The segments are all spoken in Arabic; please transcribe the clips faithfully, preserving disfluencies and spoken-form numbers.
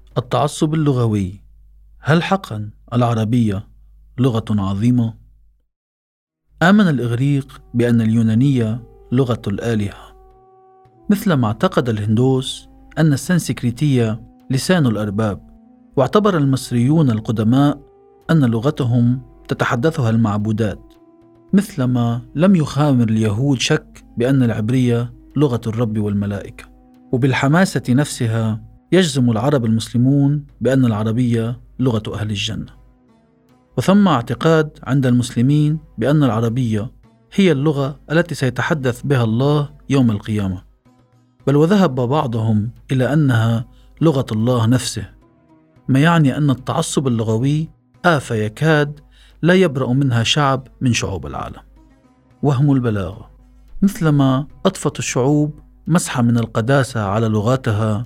التعصب اللغوي، هل حقا العربية لغة عظيمة؟ آمن الإغريق بأن اليونانية لغة الآلهة، مثلما اعتقد الهندوس أن السنسكريتية لسان الأرباب، واعتبر المصريون القدماء أن لغتهم تتحدثها المعبودات، مثلما لم يخامر اليهود شك بأن العبرية لغة الرب والملائكة. وبالحماسة نفسها يجزم العرب المسلمون بأن العربية لغة أهل الجنة. وثم اعتقاد عند المسلمين بأن العربية هي اللغة التي سيتحدث بها الله يوم القيامة، بل وذهب بعضهم إلى أنها لغة الله نفسه، ما يعني أن التعصب اللغوي آفة يكاد لا يبرأ منها شعب من شعوب العالم. وهم البلاغة، مثلما أضفت الشعوب مسحة من القداسة على لغاتها،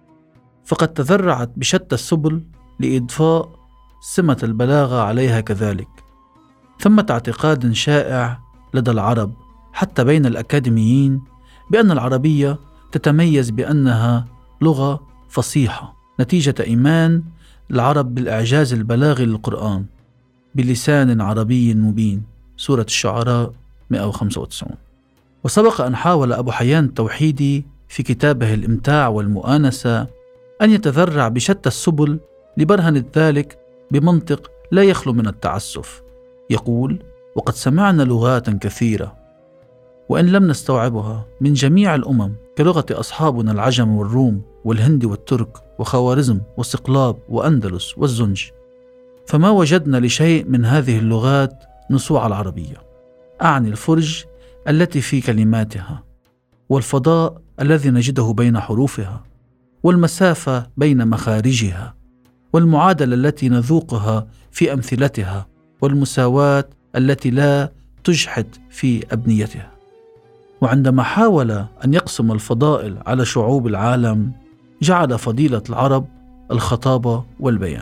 فقد تذرعت بشتى السبل لإضفاء سمة البلاغة عليها كذلك. ثمة اعتقاد شائع لدى العرب حتى بين الأكاديميين بأن العربية تتميز بأنها لغة فصيحة، نتيجة إيمان العرب بالإعجاز البلاغي للقرآن بلسان عربي مبين، سورة الشعراء مئة وخمسة وتسعين. وسبق أن حاول أبو حيان التوحيدي في كتابه الإمتاع والمؤانسة أن يتذرع بشتى السبل لبرهنة ذلك بمنطق لا يخلو من التعسف. يقول: وقد سمعنا لغات كثيرة وإن لم نستوعبها من جميع الأمم، كلغة أصحابنا العجم والروم والهند والترك وخوارزم وصقلاب وأندلس والزنج، فما وجدنا لشيء من هذه اللغات نصوع العربية، أعني الفرج التي في كلماتها، والفضاء الذي نجده بين حروفها، والمسافة بين مخارجها، والمعادلة التي نذوقها في أمثلتها، والمساواة التي لا تجحد في أبنيتها. وعندما حاول أن يقسم الفضائل على شعوب العالم، جعل فضيلة العرب الخطابة والبيان.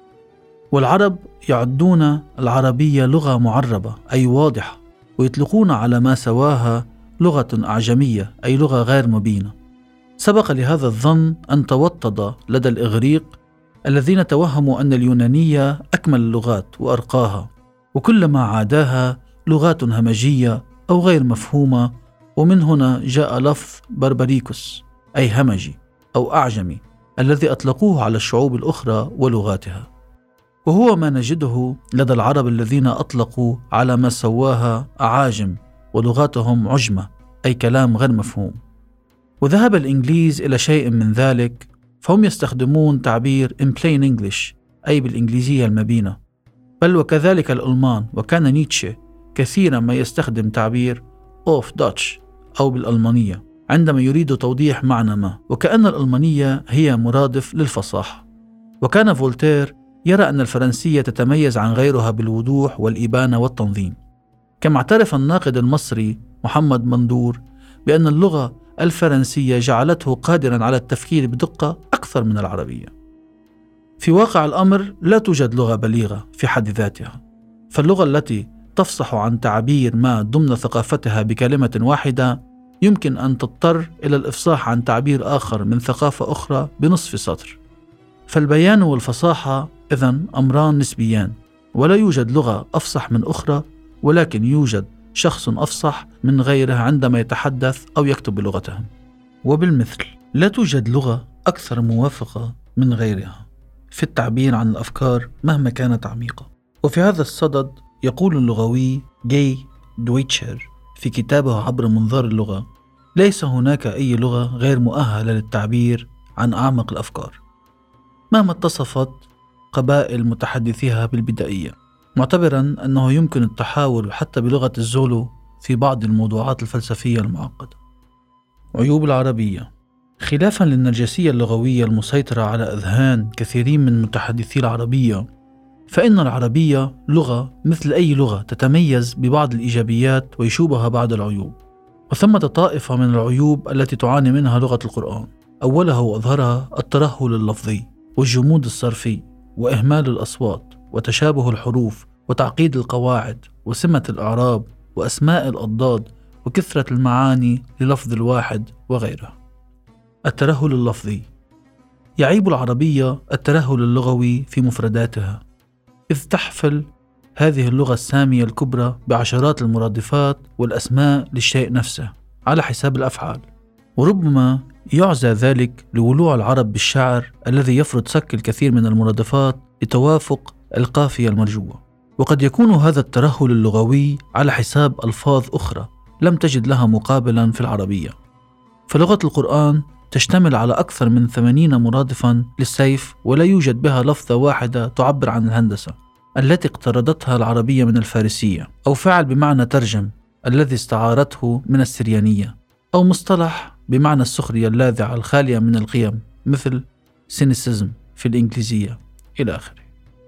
والعرب يعدون العربية لغة معربة أي واضحة، ويطلقون على ما سواها لغة أعجمية أي لغة غير مبينة. سبق لهذا الظن أن توطد لدى الإغريق الذين توهموا أن اليونانية أكمل اللغات وأرقاها، وكلما عاداها لغات همجية أو غير مفهومة. ومن هنا جاء لفظ بربريكوس أي همجي أو أعجمي، الذي أطلقوه على الشعوب الأخرى ولغاتها، وهو ما نجده لدى العرب الذين أطلقوا على ما سواها أعاجم ولغاتهم عجمة أي كلام غير مفهوم. وذهب الإنجليز إلى شيء من ذلك، فهم يستخدمون تعبير in plain English أي بالإنجليزية المبينة، بل وكذلك الألمان، وكان نيتشه كثيرا ما يستخدم تعبير of Dutch أو بالألمانية عندما يريد توضيح معنى ما، وكأن الألمانية هي مرادف للفصاحة. وكان فولتير يرى أن الفرنسية تتميز عن غيرها بالوضوح والإبانة والتنظيم، كما اعترف الناقد المصري محمد مندور بأن اللغة الفرنسية جعلته قادرا على التفكير بدقة أكثر من العربية. في واقع الأمر لا توجد لغة بليغة في حد ذاتها، فاللغة التي تفصح عن تعبير ما ضمن ثقافتها بكلمة واحدة يمكن أن تضطر إلى الإفصاح عن تعبير آخر من ثقافة أخرى بنصف سطر. فالبيان والفصاحة إذن أمران نسبيان، ولا يوجد لغة أفصح من أخرى، ولكن يوجد شخص أفصح من غيره عندما يتحدث أو يكتب بلغتهم. وبالمثل لا توجد لغة أكثر موافقة من غيرها في التعبير عن الأفكار مهما كانت عميقة. وفي هذا الصدد يقول اللغوي جاي دويتشر في كتابه عبر منظار اللغة: ليس هناك أي لغة غير مؤهلة للتعبير عن أعمق الأفكار مهما اتصفت قبائل متحدثيها بالبدائية، معتبرا أنه يمكن التحاور حتى بلغة الزولو في بعض الموضوعات الفلسفية المعقدة. عيوب العربية: خلافا للنرجسية اللغوية المسيطرة على أذهان كثيرين من متحدثي العربية، فإن العربية لغة مثل أي لغة تتميز ببعض الإيجابيات ويشوبها بعض العيوب. وثمة طائفة من العيوب التي تعاني منها لغة القرآن، أولها وأظهرها الترهل اللفظي والجمود الصرفي وإهمال الأصوات وتشابه الحروف وتعقيد القواعد وسمة الإعراب وأسماء الأضداد وكثرة المعاني للفظ الواحد وغيرها. الترهل اللفظي: يعيب العربية الترهل اللغوي في مفرداتها، إذ تحفل هذه اللغة السامية الكبرى بعشرات المرادفات والأسماء للشيء نفسه على حساب الأفعال، وربما يعزى ذلك لولوع العرب بالشعر الذي يفرض سك الكثير من المرادفات لتوافق القافية المرجوة. وقد يكون هذا الترهل اللغوي على حساب ألفاظ أخرى لم تجد لها مقابلا في العربية، فلغة القرآن تشتمل على أكثر من ثمانين مرادفا للسيف، ولا يوجد بها لفظة واحدة تعبر عن الهندسة التي اقترضتها العربية من الفارسية، أو فعل بمعنى ترجم الذي استعارته من السريانية، أو مصطلح بمعنى السخرية اللاذعة الخالية من القيم مثل سينيسيزم في الإنجليزية إلى آخره.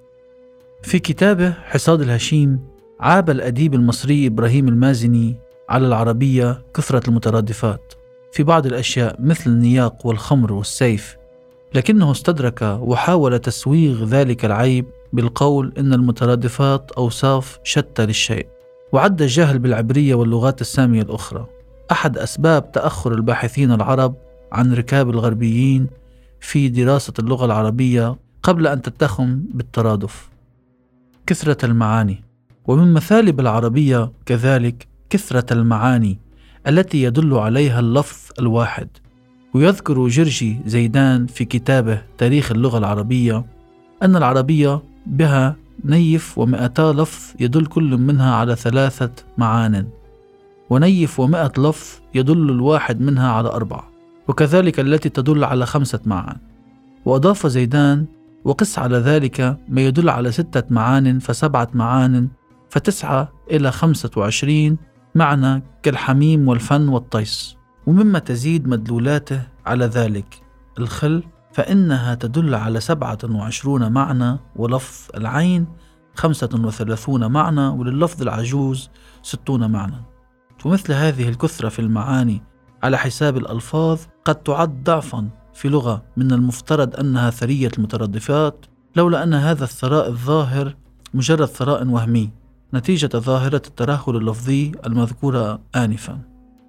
في كتابه حصاد الهشيم عاب الأديب المصري إبراهيم المازني على العربية كثرة المترادفات في بعض الأشياء مثل النياق والخمر والسيف، لكنه استدرك وحاول تسويغ ذلك العيب بالقول إن المترادفات أوصاف شتى للشيء، وعد الجهل بالعبرية واللغات السامية الأخرى أحد أسباب تأخر الباحثين العرب عن ركاب الغربيين في دراسة اللغة العربية قبل أن تتخم بالترادف. كثرة المعاني، ومن مثالب العربية كذلك كثرة المعاني التي يدل عليها اللفظ الواحد. ويذكر جرجي زيدان في كتابه تاريخ اللغة العربية أن العربية بها نيف ومئتا لفظ يدل كل منها على ثلاثة معان، ونيف ومئة لفظ يدل الواحد منها على أربعة، وكذلك التي تدل على خمسة معان. وأضاف زيدان: وقس على ذلك ما يدل على ستة معان فسبعة معان فتسعة إلى خمسة وعشرين معنى كالحميم والفن والطيس. ومما تزيد مدلولاته على ذلك الخل، فإنها تدل على سبعة وعشرون معنى، ولفظ العين خمسة وثلاثون معنى، ولللفظ العجوز ستون معنى. ومثل هذه الكثرة في المعاني على حساب الألفاظ قد تعد ضعفا في لغة من المفترض أنها ثرية المترادفات، لولا أن هذا الثراء الظاهر مجرد ثراء وهمي نتيجة ظاهرة الترهل اللفظي المذكورة آنفا.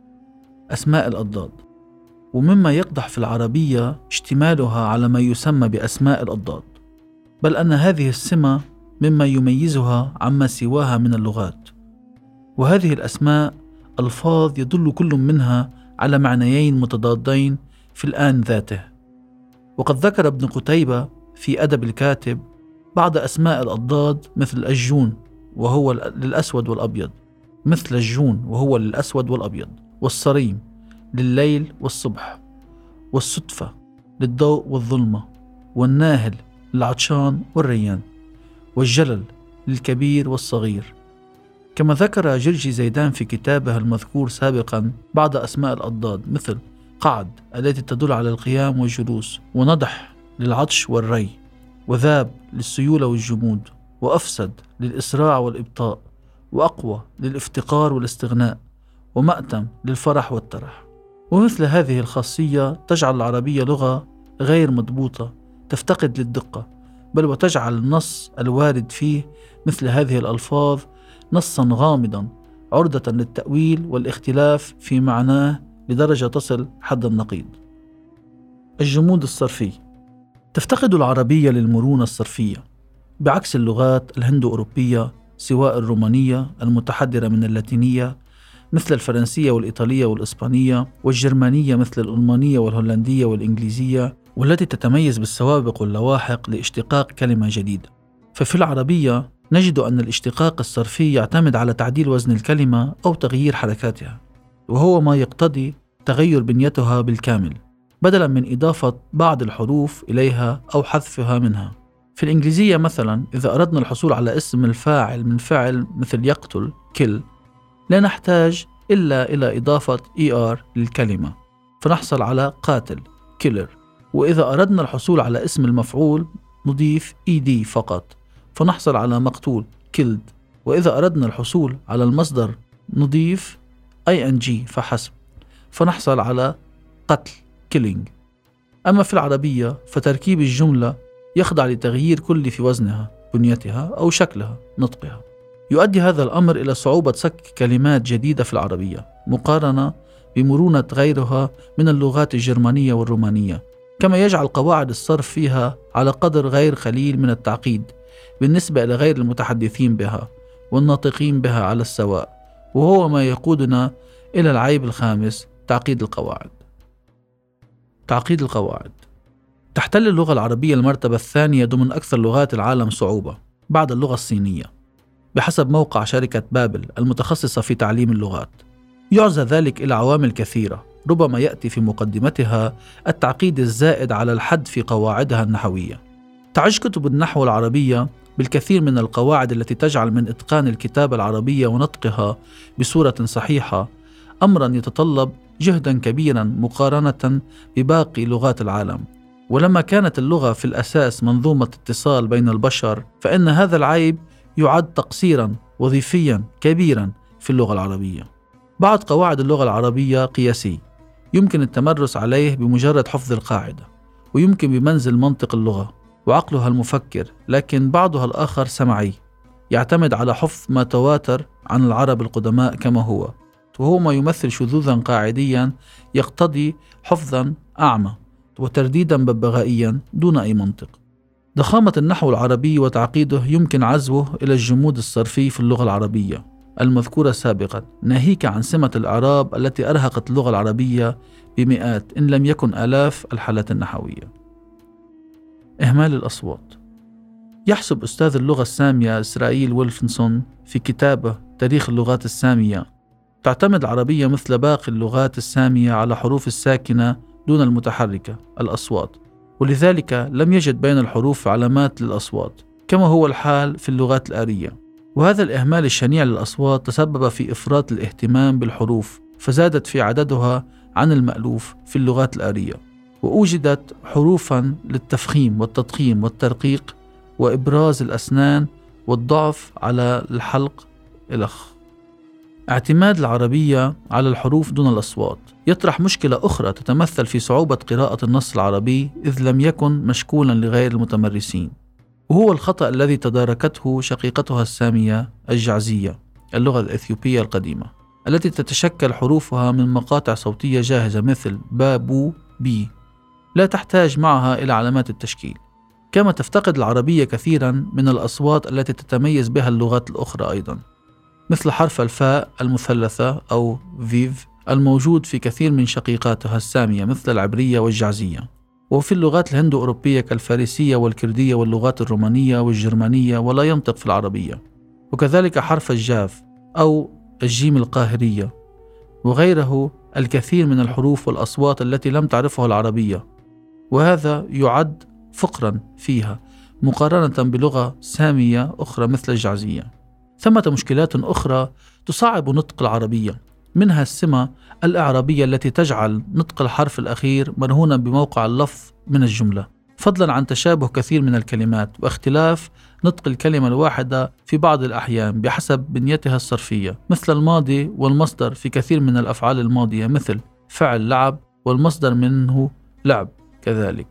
أسماء الأضداد، ومما يقدح في العربية اشتمالها على ما يسمى بأسماء الأضداد، بل أن هذه السمة مما يميزها عما سواها من اللغات. وهذه الأسماء ألفاظ يدل كل منها على معنيين متضادين في الآن ذاته. وقد ذكر ابن قتيبة في أدب الكاتب بعض أسماء الأضداد مثل الجون وهو للأسود والأبيض، مثل الجون وهو للأسود والأبيض، والصريم لليل والصبح، والصدفة للضوء والظلمة، والناهل للعطشان والريان، والجلل للكبير والصغير. كما ذكر جرجي زيدان في كتابه المذكور سابقا بعض أسماء الأضداد مثل قعد التي تدل على القيام والجلوس، ونضح للعطش والري، وذاب للسيولة والجمود، وأفسد للإسراع والإبطاء، وأقوى للافتقار والاستغناء، ومأتم للفرح والترح. ومثل هذه الخاصية تجعل العربية لغة غير مضبوطة تفتقد للدقة، بل وتجعل النص الوارد فيه مثل هذه الألفاظ نصا غامضا عرضة للتأويل والاختلاف في معناه لدرجة تصل حد النقيض. الجمود الصرفي، تفتقد العربية للمرونة الصرفية بعكس اللغات الهندو-أوروبية سواء الرومانية المتحدرة من اللاتينية مثل الفرنسية والإيطالية والإسبانية، والجرمانية مثل الألمانية والهولندية والإنجليزية، والتي تتميز بالسوابق واللواحق لاشتقاق كلمة جديدة. ففي العربية نجد أن الاشتقاق الصرفي يعتمد على تعديل وزن الكلمة أو تغيير حركاتها، وهو ما يقتضي تغير بنيتها بالكامل بدلا من إضافة بعض الحروف إليها أو حذفها منها. في الإنجليزية مثلا إذا أردنا الحصول على اسم الفاعل من فعل مثل يقتل kill، لا نحتاج إلا إلى إضافة er للكلمة فنحصل على قاتل killer. وإذا أردنا الحصول على اسم المفعول نضيف ed فقط فنحصل على مقتول killed. وإذا أردنا الحصول على المصدر نضيف ing فحسب فنحصل على قتل killing. أما في العربية فتركيب الجملة يخضع لتغيير كل في وزنها، بنيتها أو شكلها، نطقها. يؤدي هذا الأمر إلى صعوبة سك كلمات جديدة في العربية مقارنة بمرونة غيرها من اللغات الجرمانية والرومانية، كما يجعل قواعد الصرف فيها على قدر غير قليل من التعقيد بالنسبة إلى غير المتحدثين بها والناطقين بها على السواء، وهو ما يقودنا إلى العيب الخامس: تعقيد القواعد. تعقيد القواعد. تحتل اللغة العربية المرتبة الثانية ضمن أكثر لغات العالم صعوبة بعد اللغة الصينية بحسب موقع شركة بابل المتخصصة في تعليم اللغات. يعزى ذلك إلى عوامل كثيرة، ربما يأتي في مقدمتها التعقيد الزائد على الحد في قواعدها النحوية. تعج كتب النحو العربية بالكثير من القواعد التي تجعل من إتقان الكتابة العربية ونطقها بصورة صحيحة أمرا يتطلب جهدا كبيرا مقارنة بباقي لغات العالم. ولما كانت اللغة في الأساس منظومة اتصال بين البشر، فإن هذا العيب يعد تقصيرا وظيفيا كبيرا في اللغة العربية. بعض قواعد اللغة العربية قياسي، يمكن التمرس عليه بمجرد حفظ القاعدة، ويمكن بمنزل منطق اللغة وعقلها المفكر، لكن بعضها الآخر سمعي، يعتمد على حفظ ما تواتر عن العرب القدماء كما هو، وهو ما يمثل شذوذا قاعديا يقتضي حفظا أعمى وترديدا ببغائيا دون أي منطق. ضخامة النحو العربي وتعقيده يمكن عزوه إلى الجمود الصرفي في اللغة العربية المذكورة سابقا، ناهيك عن سمة الإعراب التي أرهقت اللغة العربية بمئات إن لم يكن آلاف الحالات النحوية. إهمال الأصوات. يحسب أستاذ اللغة السامية إسرائيل ويلفنسون في كتابه تاريخ اللغات السامية: تعتمد العربية مثل باقي اللغات السامية على حروف الساكنة دون المتحركة الأصوات، ولذلك لم يجد بين الحروف علامات للأصوات كما هو الحال في اللغات الآرية. وهذا الإهمال الشنيع للأصوات تسبب في إفراط الاهتمام بالحروف، فزادت في عددها عن المألوف في اللغات الآرية، وأوجدت حروفا للتفخيم والتضخيم والترقيق وإبراز الأسنان والضعف على الحلق الأخ. اعتماد العربية على الحروف دون الأصوات يطرح مشكلة أخرى تتمثل في صعوبة قراءة النص العربي إذ لم يكن مشكولا لغير المتمرسين، وهو الخطأ الذي تداركته شقيقتها السامية الجعزية اللغة الإثيوبية القديمة، التي تتشكل حروفها من مقاطع صوتية جاهزة مثل با بو بي، لا تحتاج معها إلى علامات التشكيل. كما تفتقد العربية كثيرا من الأصوات التي تتميز بها اللغات الأخرى أيضا، مثل حرف الفاء المثلثة أو فيف الموجود في كثير من شقيقاتها السامية مثل العبرية والجعزية، وفي اللغات الهندو أوروبية كالفارسية والكردية واللغات الرومانية والجرمانية ولا ينطق في العربية، وكذلك حرف الجاف أو الجيم القاهرية وغيره الكثير من الحروف والأصوات التي لم تعرفها العربية، وهذا يعد فقرا فيها مقارنة بلغة سامية أخرى مثل الجعزية. ثمة مشكلات أخرى تصعب نطق العربية، منها السمة الإعرابية التي تجعل نطق الحرف الأخير مرهونا بموقع اللفظ من الجملة، فضلا عن تشابه كثير من الكلمات واختلاف نطق الكلمة الواحدة في بعض الأحيان بحسب بنيتها الصرفية، مثل الماضي والمصدر في كثير من الأفعال الماضية مثل فعل لعب والمصدر منه لعب كذلك.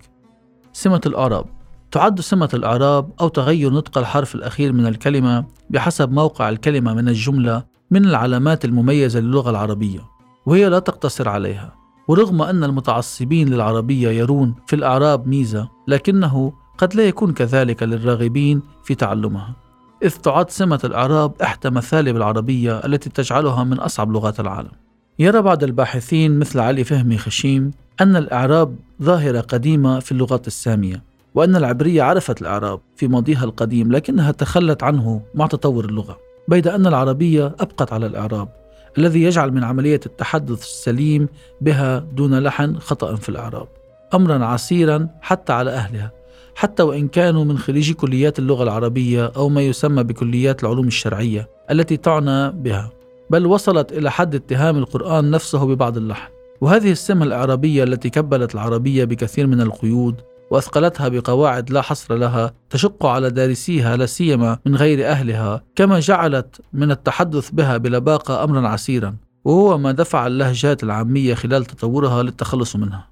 سمة الإعراب. تعد سمة الإعراب أو تغير نطق الحرف الأخير من الكلمة بحسب موقع الكلمة من الجملة من العلامات المميزة للغة العربية، وهي لا تقتصر عليها. ورغم أن المتعصبين للعربية يرون في الإعراب ميزة، لكنه قد لا يكون كذلك للراغبين في تعلمها، إذ تعد سمة الإعراب إحدى مثالب العربية التي تجعلها من أصعب لغات العالم. يرى بعض الباحثين مثل علي فهمي خشيم أن الإعراب ظاهرة قديمة في اللغات السامية، وأن العبرية عرفت الإعراب في ماضيها القديم لكنها تخلت عنه مع تطور اللغة، بيد أن العربية أبقت على الإعراب الذي يجعل من عملية التحدث السليم بها دون لحن خطأ في الإعراب أمرا عسيرا حتى على أهلها، حتى وإن كانوا من خريجي كليات اللغة العربية أو ما يسمى بكليات العلوم الشرعية التي تعنى بها، بل وصلت إلى حد اتهام القرآن نفسه ببعض اللحن. وهذه السمة الإعرابية التي كبلت العربية بكثير من القيود وأثقلتها بقواعد لا حصر لها تشق على دارسيها لا سيما من غير أهلها، كما جعلت من التحدث بها بلباقة أمرا عسيرا، وهو ما دفع اللهجات العامية خلال تطورها للتخلص منها.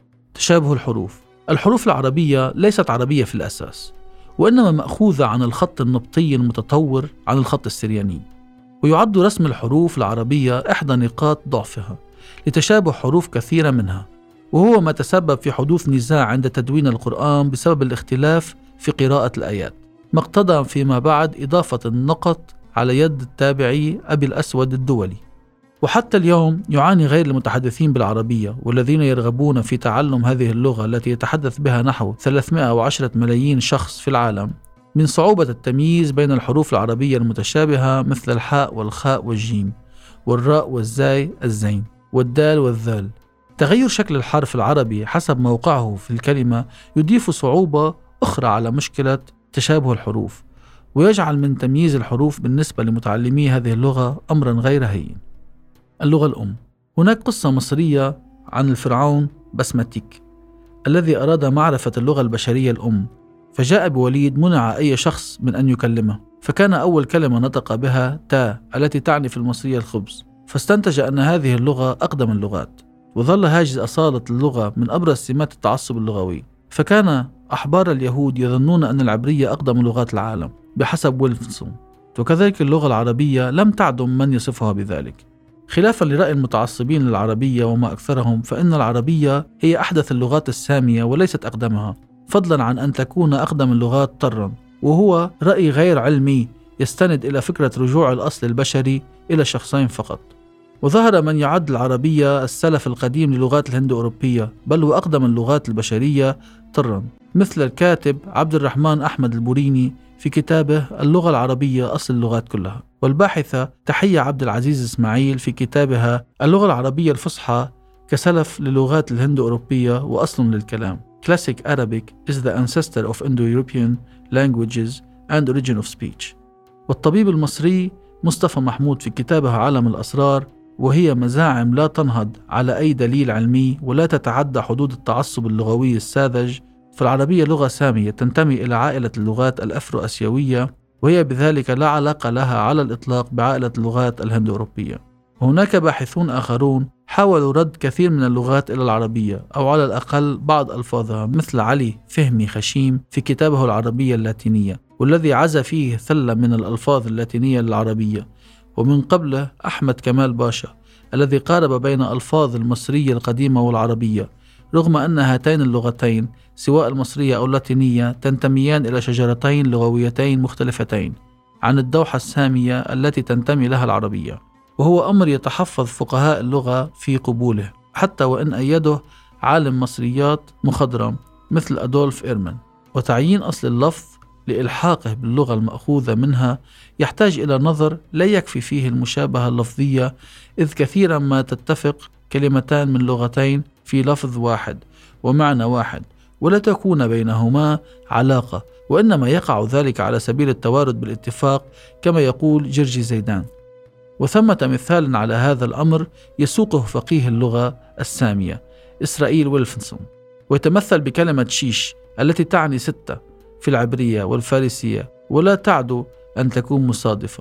تشابه الحروف. الحروف العربية ليست عربية في الأساس، وإنما مأخوذة عن الخط النبطي المتطور عن الخط السرياني، ويعد رسم الحروف العربية إحدى نقاط ضعفها لتشابه حروف كثيرة منها، وهو ما تسبب في حدوث نزاع عند تدوين القرآن بسبب الاختلاف في قراءة الآيات، ما اقتضى فيما بعد إضافة النقط على يد التابعي أبي الأسود الدولي. وحتى اليوم يعاني غير المتحدثين بالعربية والذين يرغبون في تعلم هذه اللغة التي يتحدث بها نحو ثلاثمائة وعشرة ملايين شخص في العالم من صعوبة التمييز بين الحروف العربية المتشابهة مثل الحاء والخاء والجيم والراء والزاي الزين والدال والذال. تغير شكل الحرف العربي حسب موقعه في الكلمة يضيف صعوبة أخرى على مشكلة تشابه الحروف، ويجعل من تمييز الحروف بالنسبة لمتعلمي هذه اللغة أمرا غير هين. اللغة الأم. هناك قصة مصرية عن الفرعون بسمتيك الذي أراد معرفة اللغة البشرية الأم، فجاء بوليد منع أي شخص من أن يكلمه، فكان أول كلمة نطق بها تا التي تعني في المصرية الخبز، فاستنتج أن هذه اللغة أقدم اللغات. وظل هاجس أصالة اللغة من أبرز سمات التعصب اللغوي، فكان أحبار اليهود يظنون أن العبرية أقدم لغات العالم بحسب ويلفنسون، وكذلك اللغة العربية لم تعدم من يصفها بذلك. خلافا لرأي المتعصبين للعربية وما أكثرهم، فإن العربية هي أحدث اللغات السامية وليست أقدمها، فضلا عن أن تكون أقدم اللغات طرا، وهو رأي غير علمي يستند إلى فكرة رجوع الأصل البشري إلى شخصين فقط. وظهر من يعد العربية السلف القديم للغات الهند-أوروبية، بل وأقدم اللغات البشرية طرا، مثل الكاتب عبد الرحمن أحمد البوريني في كتابه اللغة العربية أصل اللغات كلها، والباحثة تحية عبد العزيز إسماعيل في كتابها اللغة العربية الفصحى كسلف للغات الهند-أوروبية وأصل للكلام Classic Arabic is the ancestor of Indo-European languages and origin of speech. والطبيب المصري مصطفى محمود في كتابه عالم الأسرار، وهي مزاعم لا تنهض على أي دليل علمي ولا تتعدى حدود التعصب اللغوي الساذج. فالعربية لغة سامية تنتمي إلى عائلة اللغات الأفرو أسيوية، وهي بذلك لا علاقة لها على الإطلاق بعائلة اللغات الهند-أوروبية. وهناك باحثون آخرون حاولوا رد كثير من اللغات إلى العربية، أو على الأقل بعض ألفاظها، مثل علي فهمي خشيم في كتابه العربية اللاتينية، والذي عزى فيه ثلة من الألفاظ اللاتينية للعربية. ومن قبله أحمد كمال باشا الذي قارب بين ألفاظ المصرية القديمة والعربية، رغم أن هاتين اللغتين سواء المصرية أو اللاتينية تنتميان إلى شجرتين لغويتين مختلفتين عن الدوحة السامية التي تنتمي لها العربية. وهو أمر يتحفظ فقهاء اللغة في قبوله، حتى وإن أيده عالم مصريات مخضرم مثل أدولف إيرمان. وتعيين أصل اللفظ لإلحاقه باللغة المأخوذة منها يحتاج إلى نظر لا يكفي فيه المشابهة اللفظية، إذ كثيرا ما تتفق كلمتان من لغتين في لفظ واحد ومعنى واحد ولا تكون بينهما علاقة، وإنما يقع ذلك على سبيل التوارد بالاتفاق كما يقول جرجي زيدان. وثمة مثال على هذا الأمر يسوقه فقيه اللغة السامية إسرائيل ويلفنسون، ويتمثل بكلمة شيش التي تعني ستة في العبرية والفارسية، ولا تعد أن تكون مصادفة.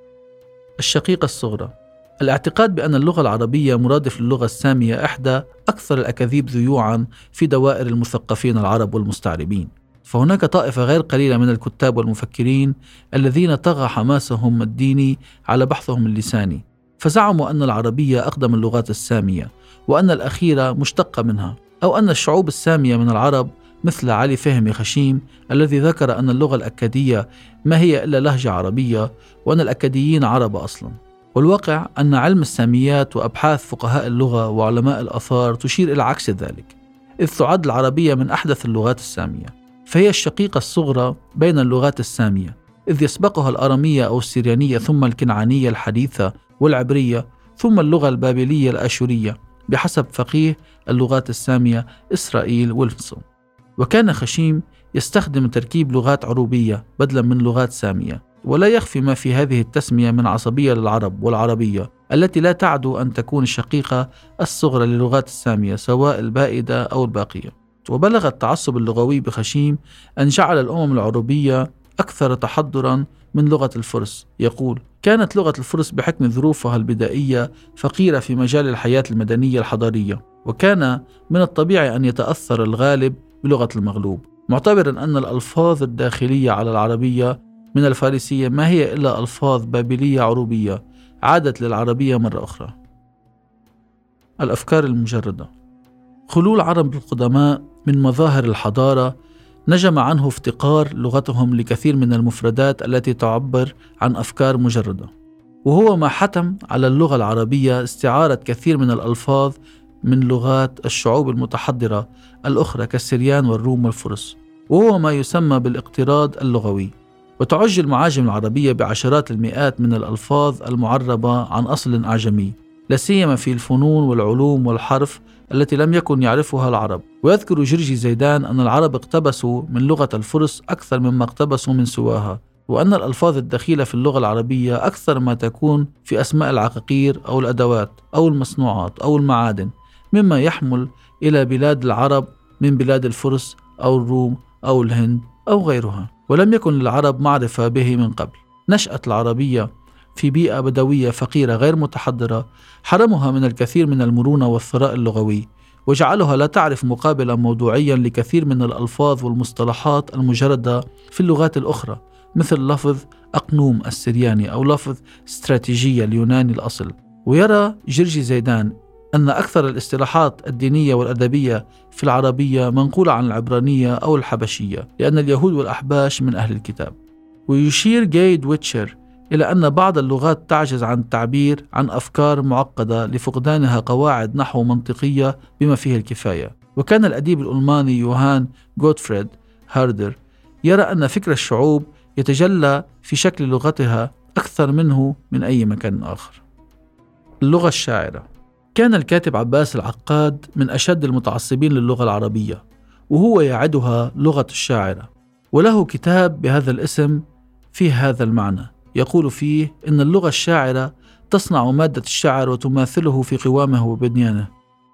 الشقيقة الصغرى. الاعتقاد بأن اللغة العربية مرادف للغة السامية إحدى أكثر الأكاذيب ذيوعا في دوائر المثقفين العرب والمستعربين، فهناك طائفة غير قليلة من الكتاب والمفكرين الذين طغى حماسهم الديني على بحثهم اللساني، فزعموا أن العربية أقدم اللغات السامية، وأن الأخيرة مشتقة منها، أو أن الشعوب السامية من العرب مثل علي فهمي خشيم الذي ذكر أن اللغة الأكادية ما هي إلا لهجة عربية، وأن الأكاديين عرب أصلا. والواقع أن علم الساميات وأبحاث فقهاء اللغة وعلماء الآثار تشير إلى عكس ذلك، إذ تعد العربية من أحدث اللغات السامية، فهي الشقيقة الصغرى بين اللغات السامية، إذ يسبقها الأرامية أو السريانية، ثم الكنعانية الحديثة والعبرية، ثم اللغة البابلية الآشورية بحسب فقيه اللغات السامية إسرائيل ويلفنسون. وكان خشيم يستخدم تركيب لغات عروبية بدلا من لغات سامية، ولا يخفي ما في هذه التسمية من عصبية للعرب والعربية التي لا تعدو أن تكون الشقيقة الصغرى للغات السامية سواء البائدة أو الباقية. وبلغ التعصب اللغوي بخشيم أن جعل الأمم العربية أكثر تحضرا من لغة الفرس. يقول: كانت لغة الفرس بحكم ظروفها البدائية فقيرة في مجال الحياة المدنية الحضارية، وكان من الطبيعي أن يتأثر الغالب بلغة المغلوب، معتبرا أن الألفاظ الداخلية على العربية من الفارسية ما هي إلا ألفاظ بابلية عروبية عادت للعربية مرة أخرى. الأفكار المجردة. خلو العرب القدماء من مظاهر الحضارة نجم عنه افتقار لغتهم لكثير من المفردات التي تعبر عن أفكار مجردة، وهو ما حتم على اللغة العربية استعارة كثير من الألفاظ من لغات الشعوب المتحضرة الأخرى كالسريان والروم والفرس، وهو ما يسمى بالاقتراض اللغوي. وتعج المعاجم العربية بعشرات المئات من الألفاظ المعربة عن أصل أعجمي، لا سيما في الفنون والعلوم والحرف التي لم يكن يعرفها العرب. ويذكر جرجي زيدان أن العرب اقتبسوا من لغة الفرس أكثر مما اقتبسوا من سواها، وأن الألفاظ الدخيلة في اللغة العربية أكثر ما تكون في أسماء العقاقير أو الأدوات أو المصنوعات أو المعادن، مما يحمل إلى بلاد العرب من بلاد الفرس أو الروم أو الهند أو غيرها، ولم يكن للعرب معرفة به من قبل. نشأة العربية في بيئة بدوية فقيرة غير متحضرة حرمها من الكثير من المرونة والثراء اللغوي، وجعلها لا تعرف مقابلا موضوعيا لكثير من الألفاظ والمصطلحات المجردة في اللغات الأخرى، مثل لفظ أقنوم السرياني أو لفظ استراتيجية اليوناني الأصل. ويرى جرجي زيدان أن أكثر الاصطلاحات الدينية والأدبية في العربية منقولة عن العبرانية أو الحبشية، لأن اليهود والأحباش من أهل الكتاب. ويشير جاي دويتشر إلى أن بعض اللغات تعجز عن التعبير عن أفكار معقدة لفقدانها قواعد نحو منطقية بما فيه الكفاية. وكان الأديب الألماني يوهان غوتفريد هاردر يرى أن فكر الشعوب يتجلى في شكل لغتها أكثر منه من أي مكان آخر. اللغة الشاعرة. كان الكاتب عباس العقاد من أشد المتعصبين للغة العربية، وهو يعدها لغة الشاعرة، وله كتاب بهذا الاسم في هذا المعنى، يقول فيه إن اللغة الشاعرة تصنع مادة الشعر وتماثله في قوامه وبنيانه،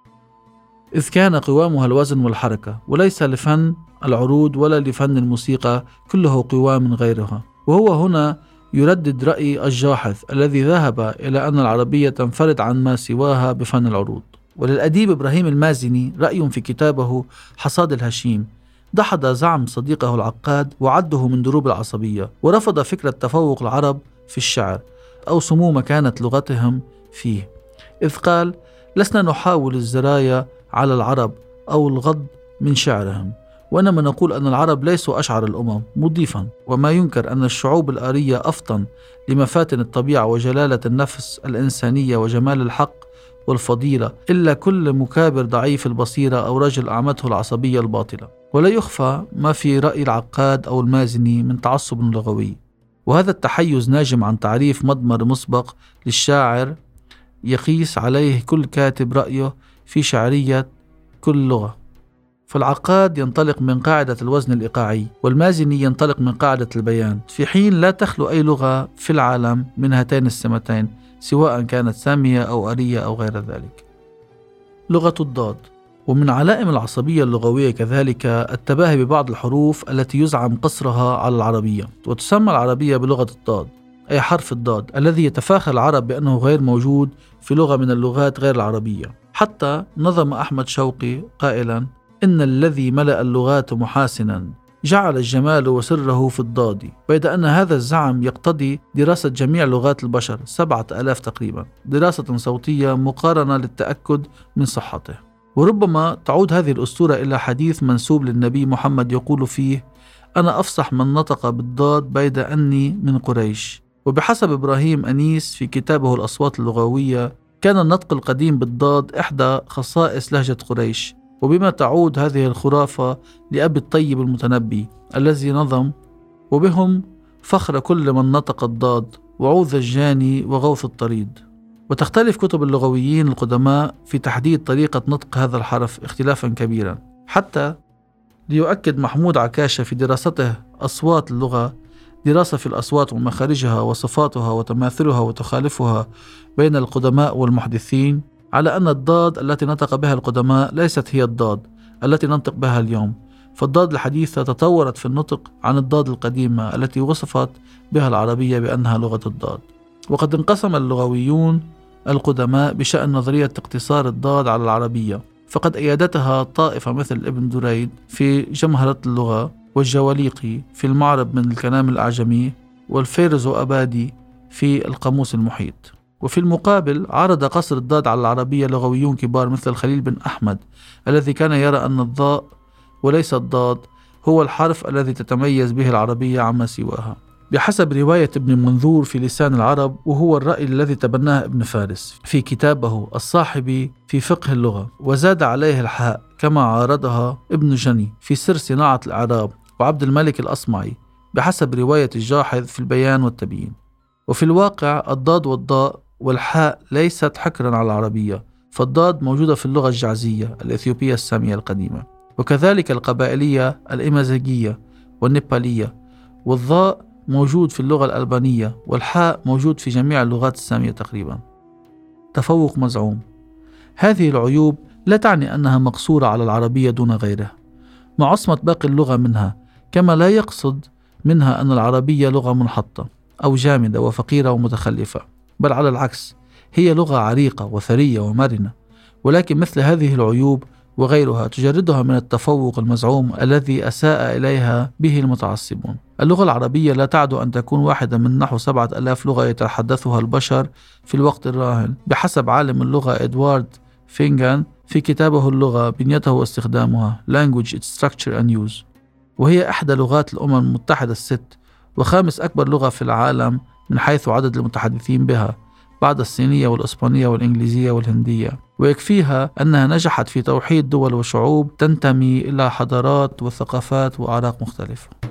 إذ كان قوامها الوزن والحركة، وليس لفن العروض ولا لفن الموسيقى كله قوام غيرها. وهو هنا يردد رأي الجاحظ الذي ذهب إلى أن العربية تنفرد عن ما سواها بفن العروض. وللأديب إبراهيم المازني رأي في كتابه حصاد الهشيم، دحض زعم صديقه العقاد وعده من دروب العصبية، ورفض فكرة تفوق العرب في الشعر أو سمو مكانة لغتهم فيه، إذ قال: لسنا نحاول الزراية على العرب أو الغض من شعرهم، وإنما نقول أن العرب ليسوا أشعر الأمم، مضيفا: وما ينكر أن الشعوب الآرية أفطن لمفاتن الطبيعة وجلالة النفس الإنسانية وجمال الحق والفضيلة، إلا كل مكابر ضعيف البصيرة أو رجل أعمته العصبية الباطلة. ولا يخفى ما في رأي العقاد أو المازني من تعصب لغوي، وهذا التحيز ناجم عن تعريف مضمر مسبق للشاعر يقيس عليه كل كاتب رأيه في شعرية كل لغة. فالعقاد ينطلق من قاعدة الوزن الإيقاعي، والمازني ينطلق من قاعدة البيان، في حين لا تخلو أي لغة في العالم من هاتين السمتين، سواء كانت سامية أو آرية أو غير ذلك. لغة الضاد. ومن علائم العصبية اللغوية كذلك التباهي ببعض الحروف التي يزعم قصرها على العربية، وتسمى العربية بلغة الضاد، أي حرف الضاد الذي يتفاخر العرب بأنه غير موجود في لغة من اللغات غير العربية. حتى نظم أحمد شوقي قائلا: إن الذي ملأ اللغات محاسنا جعل الجمال وسره في الضاد، بيد أن هذا الزعم يقتضي دراسة جميع لغات البشر، سبعة آلاف تقريبا، دراسة صوتية مقارنة للتأكد من صحته. وربما تعود هذه الأسطورة إلى حديث منسوب للنبي محمد يقول فيه: أنا أفصح من نطق بالضاد بيد أني من قريش. وبحسب إبراهيم أنيس في كتابه الأصوات اللغوية، كان النطق القديم بالضاد إحدى خصائص لهجة قريش، وبما تعود هذه الخرافة لأبي الطيب المتنبي الذي نظم: وبهم فخر كل من نطق الضاد، وعوذ الجاني وغوث الطريد. وتختلف كتب اللغويين القدماء في تحديد طريقة نطق هذا الحرف اختلافا كبيرا، حتى ليؤكد محمود عكاشة في دراسته أصوات اللغة، دراسة في الأصوات ومخارجها وصفاتها وتماثلها وتخالفها بين القدماء والمحدثين، على أن الضاد التي نطق بها القدماء ليست هي الضاد التي ننطق بها اليوم، فالضاد الحديثة تطورت في النطق عن الضاد القديمة التي وصفت بها العربية بأنها لغة الضاد. وقد انقسم اللغويون القدماء بشأن نظرية اقتصار الضاد على العربية، فقد أيدتها طائفة مثل ابن دريد في جمهرة اللغة، والجواليقي في المعرب من الكلام الأعجمي، والفيرز وأبادي في القاموس المحيط. وفي المقابل عرض قصر الضاد على العربية لغويون كبار مثل الخليل بن أحمد الذي كان يرى أن الضاء وليس الضاد هو الحرف الذي تتميز به العربية عما سواها، بحسب رواية ابن منذور في لسان العرب، وهو الرأي الذي تبناه ابن فارس في كتابه الصاحبي في فقه اللغة، وزاد عليه الحاء كما عارضها ابن جني في سر صناعة الإعراب وعبد الملك الأصمعي بحسب رواية الجاحظ في البيان والتبيين. وفي الواقع الضاد والضاء والحاء ليست حكرا على العربية، فالضاد موجودة في اللغة الجعزية الإثيوبية السامية القديمة، وكذلك القبائلية الإمازيغية والنيبالية، والضاء موجود في اللغة الألبانية، والحاء موجود في جميع اللغات السامية تقريبا. تفوق مزعوم. هذه العيوب لا تعني أنها مقصورة على العربية دون غيرها، مع عصمة باقي اللغة منها، كما لا يقصد منها أن العربية لغة منحطة أو جامدة وفقيرة ومتخلفة، بل على العكس هي لغة عريقة وثرية ومرنة، ولكن مثل هذه العيوب وغيرها تجردها من التفوق المزعوم الذي أساء إليها به المتعصبون. اللغة العربية لا تعد أن تكون واحدة من نحو سبعة ألاف لغة يتحدثها البشر في الوقت الراهن، بحسب عالم اللغة إدوارد فينغان في كتابه اللغة بنيتها واستخدامها Language, Its Structure and Use، وهي إحدى لغات الأمم المتحدة الست، وخامس أكبر لغة في العالم من حيث عدد المتحدثين بها بعد الصينية والإسبانية والإنجليزية والهندية، ويكفيها أنها نجحت في توحيد دول وشعوب تنتمي إلى حضارات وثقافات وأعراق مختلفة.